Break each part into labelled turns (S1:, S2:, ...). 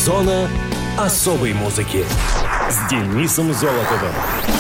S1: Зона особой музыки с Денисом Золотовым.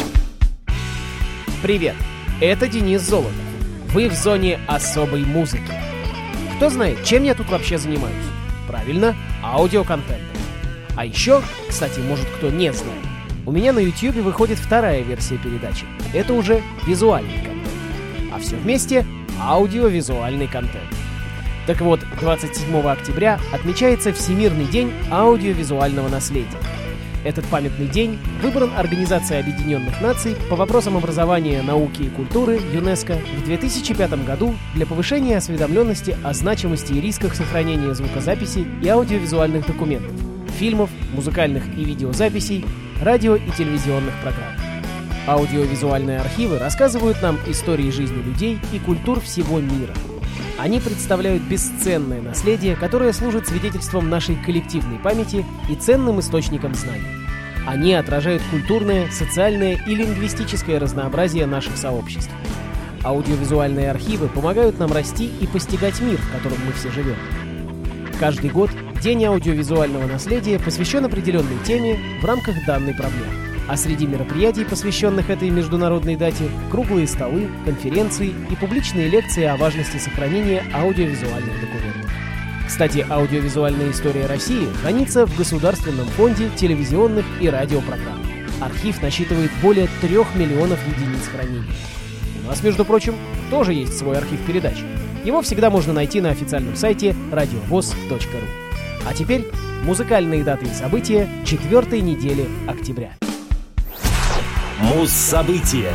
S2: Привет, это Денис Золотов. Вы в зоне особой музыки. Кто знает, чем я тут вообще занимаюсь? Правильно, аудиоконтентом. А еще, кстати, может кто не знает, у меня на YouTube выходит вторая версия передачи. Это уже визуальный контент. А все вместе — аудиовизуальный контент. Так вот, 27 октября отмечается Всемирный день аудиовизуального наследия. Этот памятный день выбран Организацией Объединенных Наций по вопросам образования, науки и культуры ЮНЕСКО в 2005 году для повышения осведомленности о значимости и рисках сохранения звукозаписи и аудиовизуальных документов, фильмов, музыкальных и видеозаписей, радио и телевизионных программ. Аудиовизуальные архивы рассказывают нам истории жизни людей и культур всего мира. Они представляют бесценное наследие, которое служит свидетельством нашей коллективной памяти и ценным источником знаний. Они отражают культурное, социальное и лингвистическое разнообразие наших сообществ. Аудиовизуальные архивы помогают нам расти и постигать мир, в котором мы все живем. Каждый год День аудиовизуального наследия посвящен определенной теме в рамках данной проблемы. А среди мероприятий, посвященных этой международной дате, круглые столы, конференции и публичные лекции о важности сохранения аудиовизуальных документов. Кстати, аудиовизуальная история России хранится в Государственном фонде телевизионных и радиопрограмм. Архив насчитывает более 3 миллионов единиц хранения. У нас, между прочим, тоже есть свой архив передач. Его всегда можно найти на официальном сайте radiovoz.ru. А теперь музыкальные даты и события 4-й недели октября.
S1: Муз-события.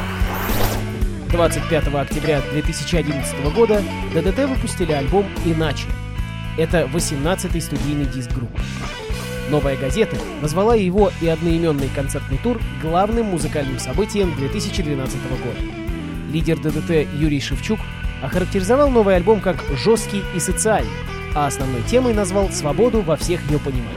S2: 25 октября 2011 года ДДТ выпустили альбом «Иначе». Это 18-й студийный диск группы. «Новая газета» назвала его и одноименный концертный тур главным музыкальным событием 2012 года. Лидер ДДТ Юрий Шевчук охарактеризовал новый альбом как жесткий и социальный, а основной темой назвал свободу во всех ее пониманиях.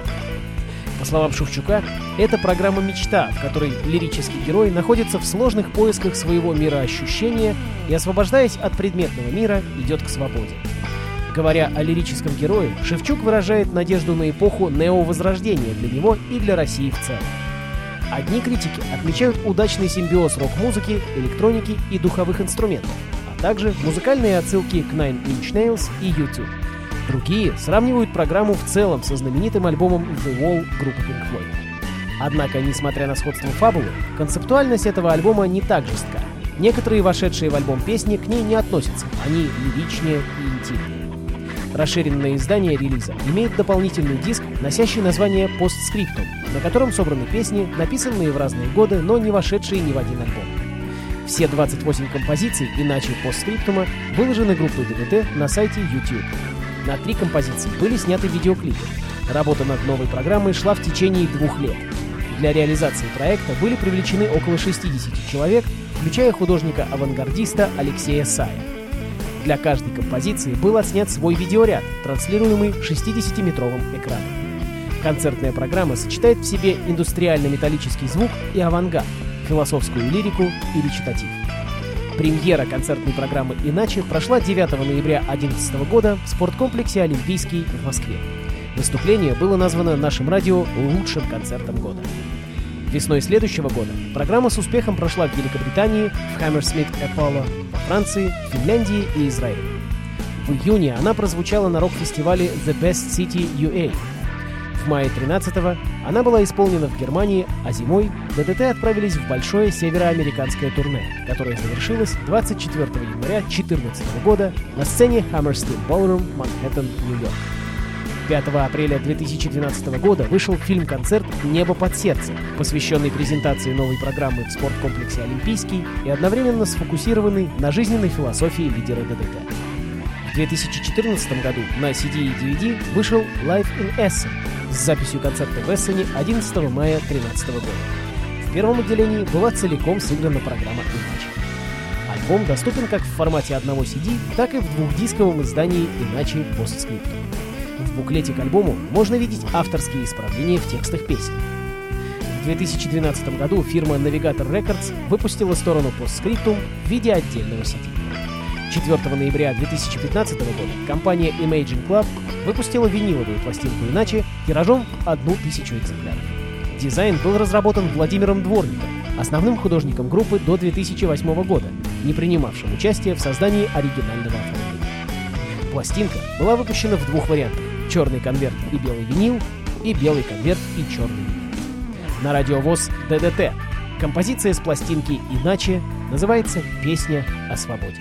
S2: По словам Шевчука, это программа-мечта, в которой лирический герой находится в сложных поисках своего мироощущения и, освобождаясь от предметного мира, идет к свободе. Говоря о лирическом герое, Шевчук выражает надежду на эпоху неовозрождения для него и для России в целом. Одни критики отмечают удачный симбиоз рок-музыки, электроники и духовых инструментов, а также музыкальные отсылки к Nine Inch Nails и U2. Другие сравнивают программу в целом со знаменитым альбомом The Wall группы Pink Floyd. Однако, несмотря на сходство фабулы, концептуальность этого альбома не так жестка. Некоторые вошедшие в альбом песни к ней не относятся, они лиричнее и интимнее. Расширенное издание релиза имеет дополнительный диск, носящий название «Постскриптум», на котором собраны песни, написанные в разные годы, но не вошедшие ни в один альбом. Все 28 композиций «Иначе» постскриптума выложены группой ДДТ на сайте YouTube. На 3 композиции были сняты видеоклипы. Работа над новой программой шла в течение 2 лет. Для реализации проекта были привлечены около 60 человек, включая художника-авангардиста Алексея Сая. Для каждой композиции был отснят свой видеоряд, транслируемый 60-метровым экраном. Концертная программа сочетает в себе индустриально-металлический звук и авангард, философскую лирику и речитатив. Премьера концертной программы «Иначе» прошла 9 ноября 2011 года в спорткомплексе «Олимпийский» в Москве. Выступление было названо нашим радио лучшим концертом года. Весной следующего года программа с успехом прошла в Великобритании, в Hammersmith Apollo, во Франции, Финляндии и Израиле. В июне она прозвучала на рок-фестивале The Best City UA. В мае 13-го она была исполнена в Германии, а зимой ДДТ отправились в большое североамериканское турне, которое завершилось 24 января 2014 года на сцене Hammerstein Ballroom, Манхэттен, Нью-Йорк. 5 апреля 2012 года вышел фильм-концерт «Небо под сердцем», посвященный презентации новой программы в спорткомплексе «Олимпийский» и одновременно сфокусированный на жизненной философии лидера ДДТ. В 2014 году на CD и DVD вышел Live in Essen с записью концерта в Эссене 11 мая 2013 года. В первом отделении была целиком сыграна программа «Иначе». Альбом доступен как в формате одного CD, так и в 2-дисковом издании «Иначе» постскриптум. В буклете к альбому можно видеть авторские исправления в текстах песен. В 2012 году фирма Navigator Records выпустила сторону постскриптум в виде отдельного CD. 4 ноября 2015 года компания Imagine Club выпустила виниловую пластинку «Иначе» тиражом 1000 экземпляров. Дизайн был разработан Владимиром Дворником, основным художником группы до 2008 года, не принимавшим участие в создании оригинального оформления. Пластинка была выпущена в двух вариантах — черный конверт и белый винил, и белый конверт и черный винил. На Радио ВОС ДДТ композиция с пластинки «Иначе» называется «Песня о свободе».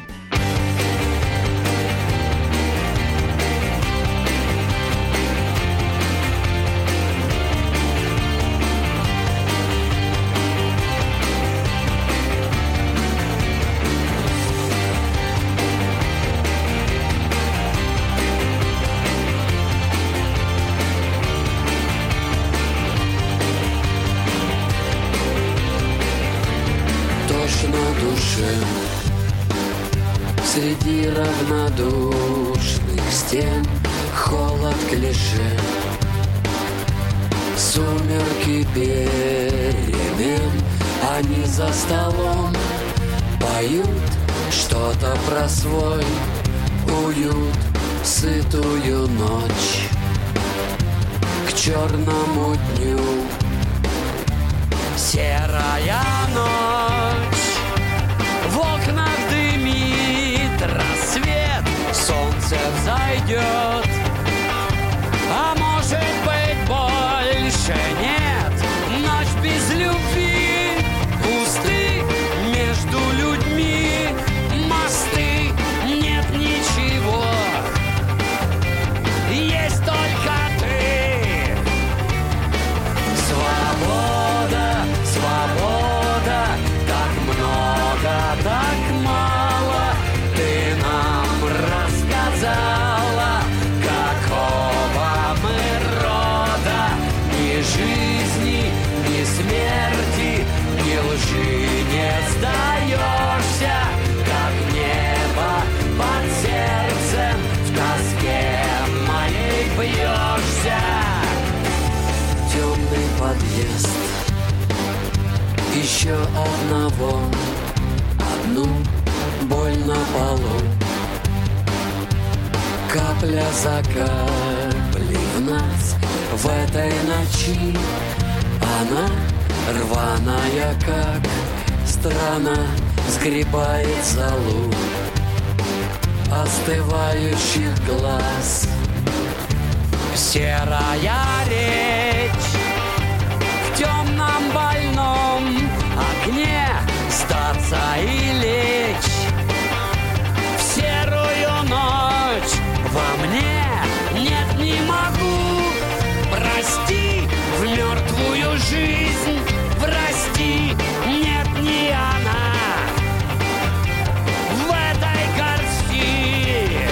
S3: Среди равнодушных стен холод клише, сумерки перемен, они за столом поют что-то про свой уют, сытую ночь к черному дню. Серая ночь, в окнах дымит рассвет, солнце взойдет, а может быть больше нет. Ночь без любви, пусты между людьми мосты, нет ничего, есть только ты. Свобода, свобода, так много, так мало ты нам рассказала, какого мы рода, ни жизни, ни смерти, ни лжи не сдаешься, как небо под сердцем в тоске моей бьешься. Темный подъезд, еще одну боль на полу, капля за каплей в нас в этой ночи. Она рваная, как страна, сгребает золу остывающих глаз. Серая речь в темном больном окне, сдаться и лечь в серую ночь. Во мне нет, не могу, прости, в мертвую жизнь прости, нет, не она в этой горсти.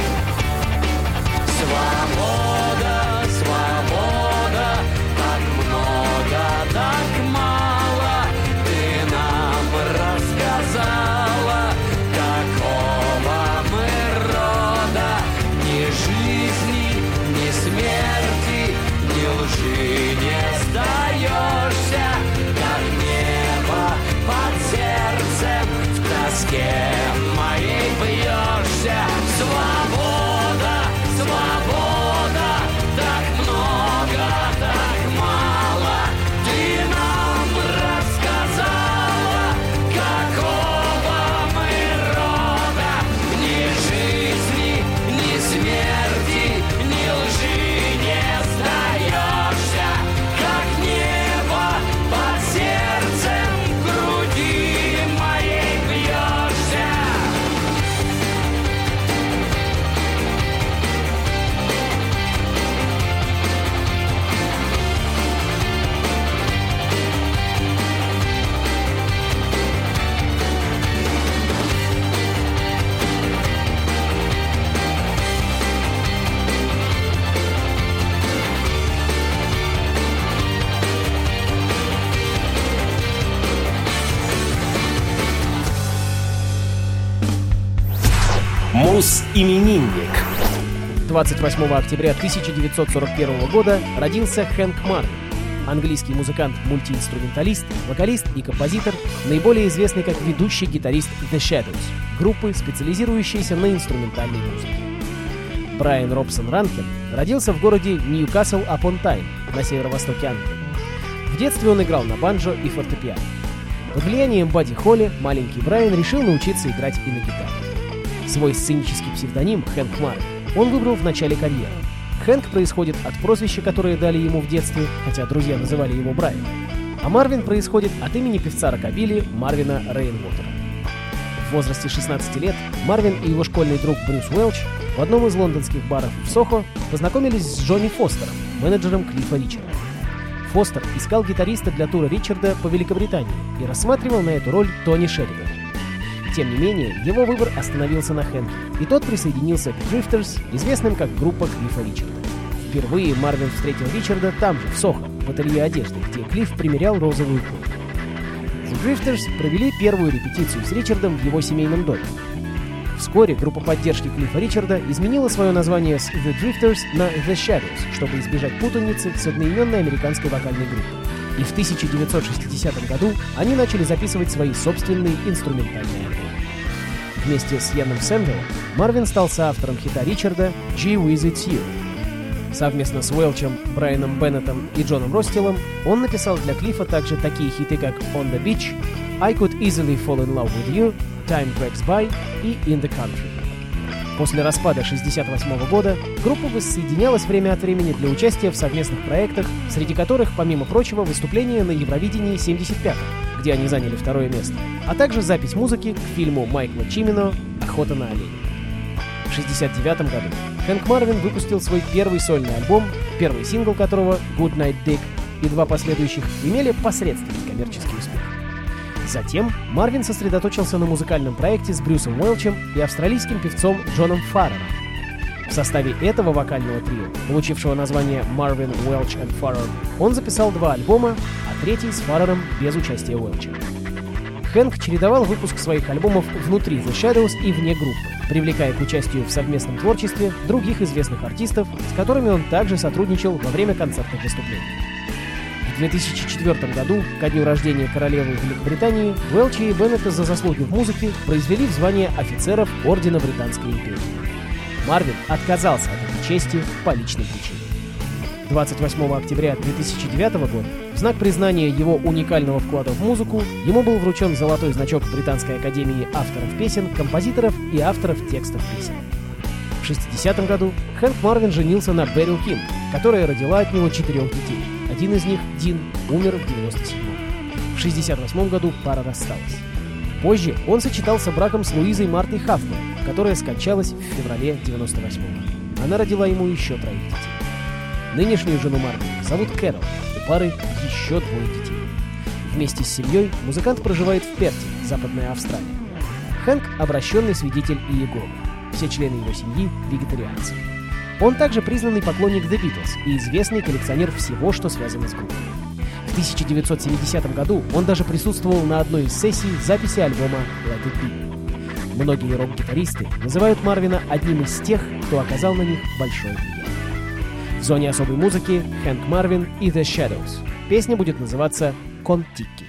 S3: Свобода, свобода, так много, так мало ты нам рассказала, какого мы рода, ни жизни, ни смерти, ни лжи не сдаешься, как небо под сердцем в тоске моей бьешься. Свобода, свобода, так много, так мало ты нам рассказала, какого мы рода, ни жизни, ни смерти, ни лжи не сдаешься, как небо под сердцем в груди моей бьешься.
S1: Муз-именинник.
S2: 28 октября 1941 года родился Хэнк Марвин, английский музыкант-мультиинструменталист, вокалист и композитор, наиболее известный как ведущий гитарист The Shadows, группы, специализирующейся на инструментальной музыке. Брайан Робсон Ранкин родился в городе Ньюкасл-апон-Тайн на северо-востоке Англии. В детстве он играл на банджо и фортепиано. Под влиянием Бадди Холли маленький Брайан решил научиться играть и на гитаре. Свой сценический псевдоним Хэнк Марвин он выбрал в начале карьеры. Хэнк происходит от прозвища, которое дали ему в детстве, хотя друзья называли его Брайан. А Марвин происходит от имени певца рокобили Марвина Рейнвотера. В возрасте 16 лет Марвин и его школьный друг Брюс Уэлч в одном из лондонских баров в Сохо познакомились с Джонни Фостером, менеджером Клиффа Ричарда. Фостер искал гитариста для тура Ричарда по Великобритании и рассматривал на эту роль Тони Шеридана. Тем не менее, его выбор остановился на Хэнке, и тот присоединился к Drifters, известным как группа Клиффа Ричарда. Впервые Марвин встретил Ричарда там же, в Сохо, в ателье одежды, где Клифф примерял розовую куртку. The Drifters провели первую репетицию с Ричардом в его семейном доме. Вскоре группа поддержки Клиффа Ричарда изменила свое название с The Drifters на The Shadows, чтобы избежать путаницы с одноименной американской вокальной группой. И в 1960 году они начали записывать свои собственные инструментальные альбомы. Вместе с Яном Сэндалом Марвин стал соавтором хита Ричарда «Gee Whiz It's You». Совместно с Уэлчем, Брайаном Беннетом и Джоном Ростелом он написал для Клиффа также такие хиты, как «On the Beach», «I Could Easily Fall in Love with You», «Time Drags By» и «In the Country». После распада 1968 года группа воссоединялась время от времени для участия в совместных проектах, среди которых, помимо прочего, выступления на Евровидении 75-м, где они заняли второе место, а также запись музыки к фильму Майкла Чимино «Охота на оленей». В 1969 году Хэнк Марвин выпустил свой первый сольный альбом, первый сингл которого «Good Night Dick» и два последующих имели посредственный коммерческий успех. Затем Марвин сосредоточился на музыкальном проекте с Брюсом Уэлчем и австралийским певцом Джоном Фаррером. В составе этого вокального трио, получившего название Marvin, Welch and Farrer, он записал два альбома, а третий с Фаррером без участия Уэлча. Хэнк чередовал выпуск своих альбомов внутри The Shadows и вне группы, привлекая к участию в совместном творчестве других известных артистов, с которыми он также сотрудничал во время концертных выступлений. В 2004 году, ко дню рождения королевы Великобритании, Уэлча и Беннета за заслуги в музыке произвели в звание офицеров Ордена Британской империи. Марвин отказался от этой чести по личным причинам. 28 октября 2009 года, в знак признания его уникального вклада в музыку, ему был вручен золотой значок Британской академии авторов песен, композиторов и авторов текстов песен. В 1960 году Хэнк Марвин женился на Берил Кинг, которая родила от него 4 детей. Один из них, Дин, умер в 1997-м. В 1968 году пара рассталась. Позже он сочетался браком с Луизой Мартой Хаффман, которая скончалась в феврале 1998-го. Она родила ему еще 3 детей. Нынешнюю жену Марвина зовут Кэрол, у пары еще 2 детей. Вместе с семьей музыкант проживает в Перте, Западная Австралия. Хэнк – обращенный свидетель Иеговы. Все члены его семьи – вегетарианцы. Он также признанный поклонник The Beatles и известный коллекционер всего, что связано с группой. В 1970 году он даже присутствовал на одной из сессий записи альбома Let It Be. Многие рок-гитаристы называют Марвина одним из тех, кто оказал на них большое влияние. В зоне особой музыки Хэнк Марвин и The Shadows. Песня будет называться «Кон-Тикки».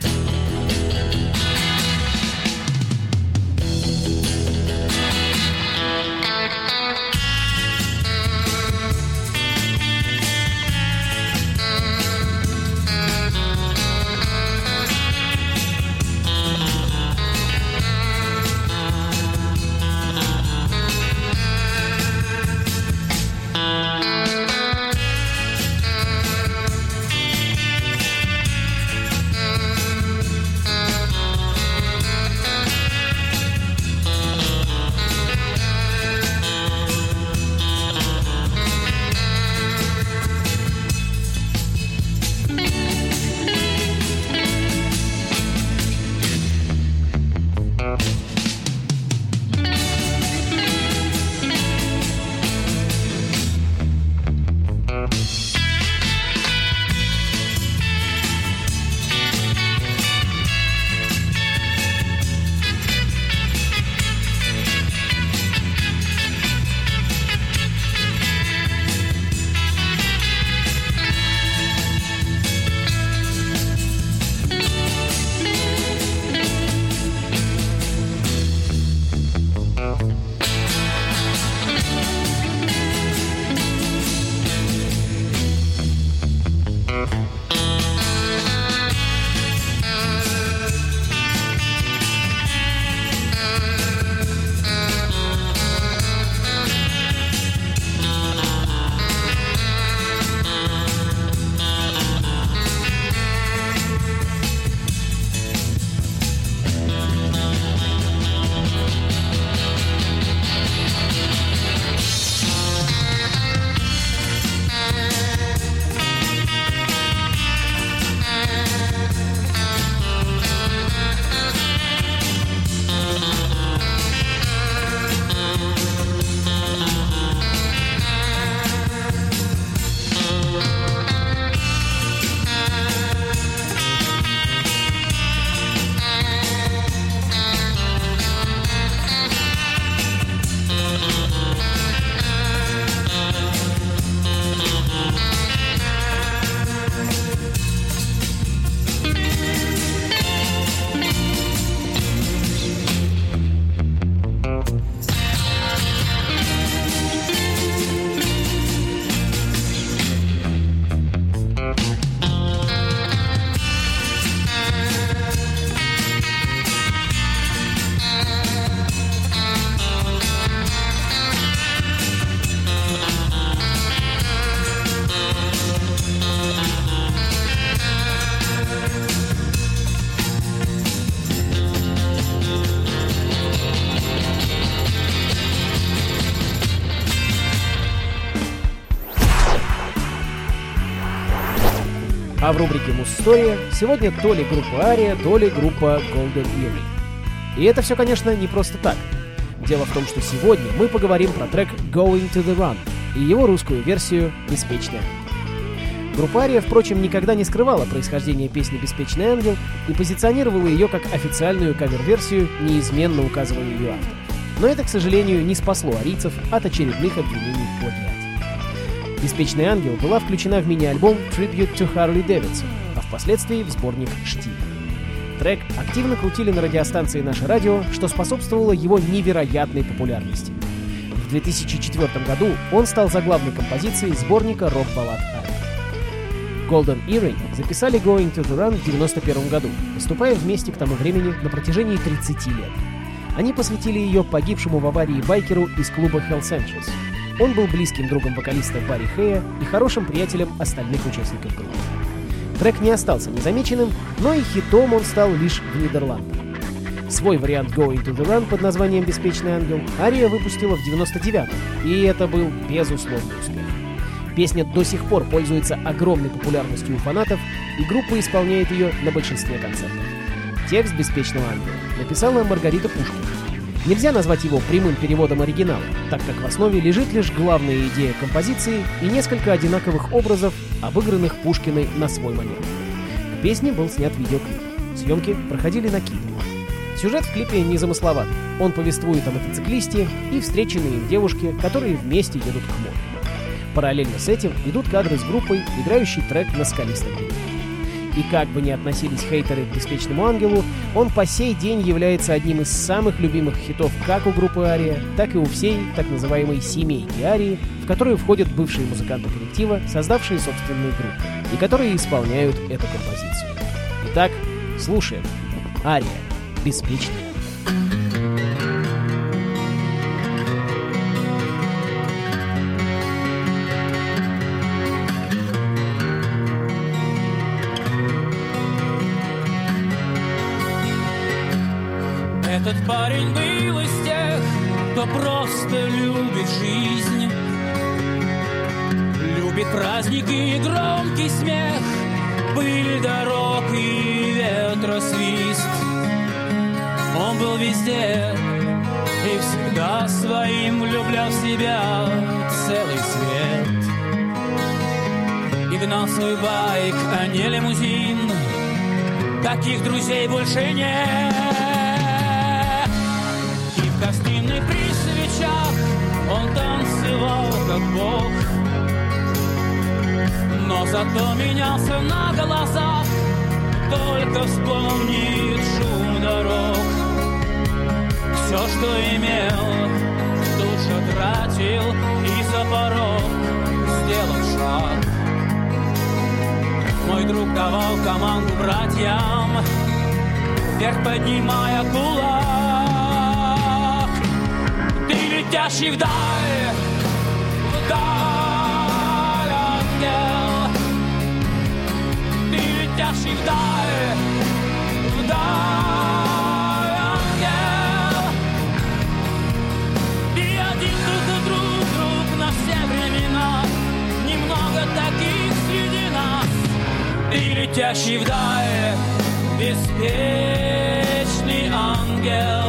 S2: А в рубрике «Муз-история» сегодня то ли группа Ария, то ли группа Golden Earring. И это все, конечно, не просто так. Дело в том, что сегодня мы поговорим про трек «Going to the Run» и его русскую версию «Беспечный ангел». Группа Ария, впрочем, никогда не скрывала происхождение песни «Беспечный ангел» и позиционировала ее как официальную кавер-версию, неизменно указывая ее автора. Но это, к сожалению, не спасло арийцев от очередных обвинений в плагиате. «Беспечный ангел» была включена в мини-альбом «Tribute to Harley Davidson», а впоследствии в сборник «Штиль». Трек активно крутили на радиостанции «Наше радио», что способствовало его невероятной популярности. В 2004 году он стал заглавной композицией сборника рок-баллад Арии. Golden Earring записали «Going to the Run» в 1991 году, выступая вместе к тому времени на протяжении 30 лет. Они посвятили ее погибшему в аварии байкеру из клуба Hells Angels. Он был близким другом вокалиста Барри Хэя и хорошим приятелем остальных участников группы. Трек не остался незамеченным, но и хитом он стал лишь в Нидерландах. Свой вариант «Going to the Run» под названием «Беспечный ангел» Ария выпустила в 1999-м, и это был безусловный успех. Песня до сих пор пользуется огромной популярностью у фанатов, и группа исполняет ее на большинстве концертов. Текст «Беспечного ангела» написала Маргарита Пушкина. Нельзя назвать его прямым переводом оригинала, так как в основе лежит лишь главная идея композиции и несколько одинаковых образов, обыгранных Пушкиной на свой манер. К песне был снят видеоклип. Съемки проходили на Кипре. Сюжет в клипе незамысловат. Он повествует о мотоциклисте и встреченной им девушке, которые вместе едут к морю. Параллельно с этим идут кадры с группой, играющей трек на скалистом берегу. И как бы ни относились хейтеры к «Беспечному ангелу», он по сей день является одним из самых любимых хитов как у группы Ария, так и у всей так называемой «семейки Арии», в которую входят бывшие музыканты коллектива, создавшие собственные группы, и которые исполняют эту композицию. Итак, слушаем. Ария. «Беспечный ангел».
S3: Этот парень был из тех, кто просто любит жизнь, любит праздники и громкий смех, пыль дорог и ветросвист. Он был везде и всегда своим влюблял в себя целый свет. И гнал свой байк, а не лимузин, таких друзей больше нет. В гостиной при свечах он танцевал как бог, но зато менялся на глазах, только вспомнит шум дорог. Все, что имел, тут же тратил и за порог сделал шаг. Мой друг давал команду братьям, вверх поднимая кулак. Ты летящий вдаль, ангел. Ты летящий вдаль, ангел. И один друг на все времена, немного таких среди нас. Ты летящий вдаль, беспечный ангел.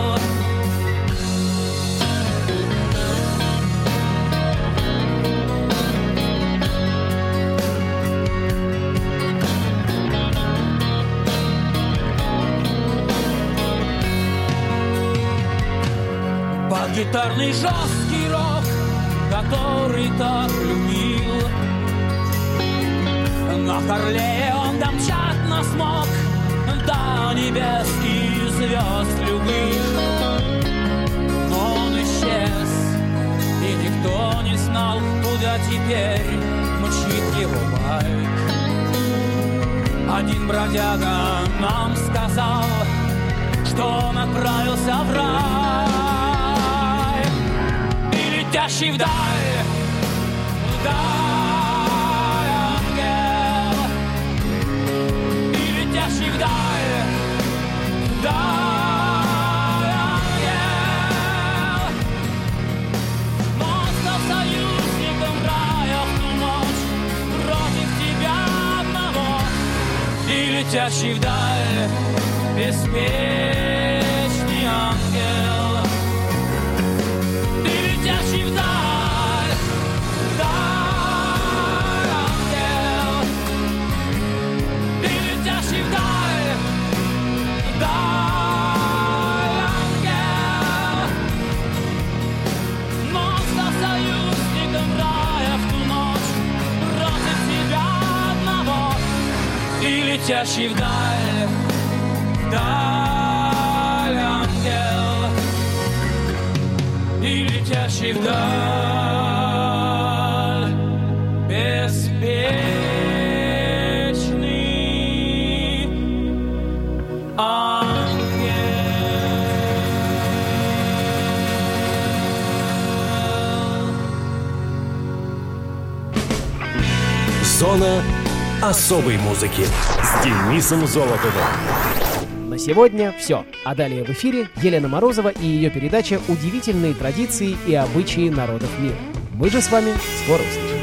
S3: Под гитарный жесткий рок, который так любил, на Харлее он домчать нас мог до небесных звезд любых. Но он исчез, и никто не знал, куда теперь мчит его байк. Один бродяга нам сказал, что он отправился в рай. И летящий вдаль, ангел. И летящий вдаль, ангел. Но стал союзником рая в ту ночь против тебя одного. И летящий вдаль, беспечный ангел. Ты летящий вдаль, ангел. Ты летящий вдаль, ангел. Но стал союзником рая в ту ночь против тебя одного. И летящий вдаль, ангел. И летящий вдаль, беспечный ангел.
S1: Зона особой музыки с Денисом Золотовым.
S2: На сегодня все. А далее в эфире Елена Морозова и ее передача «Удивительные традиции и обычаи народов мира». Мы же с вами скоро услышимся.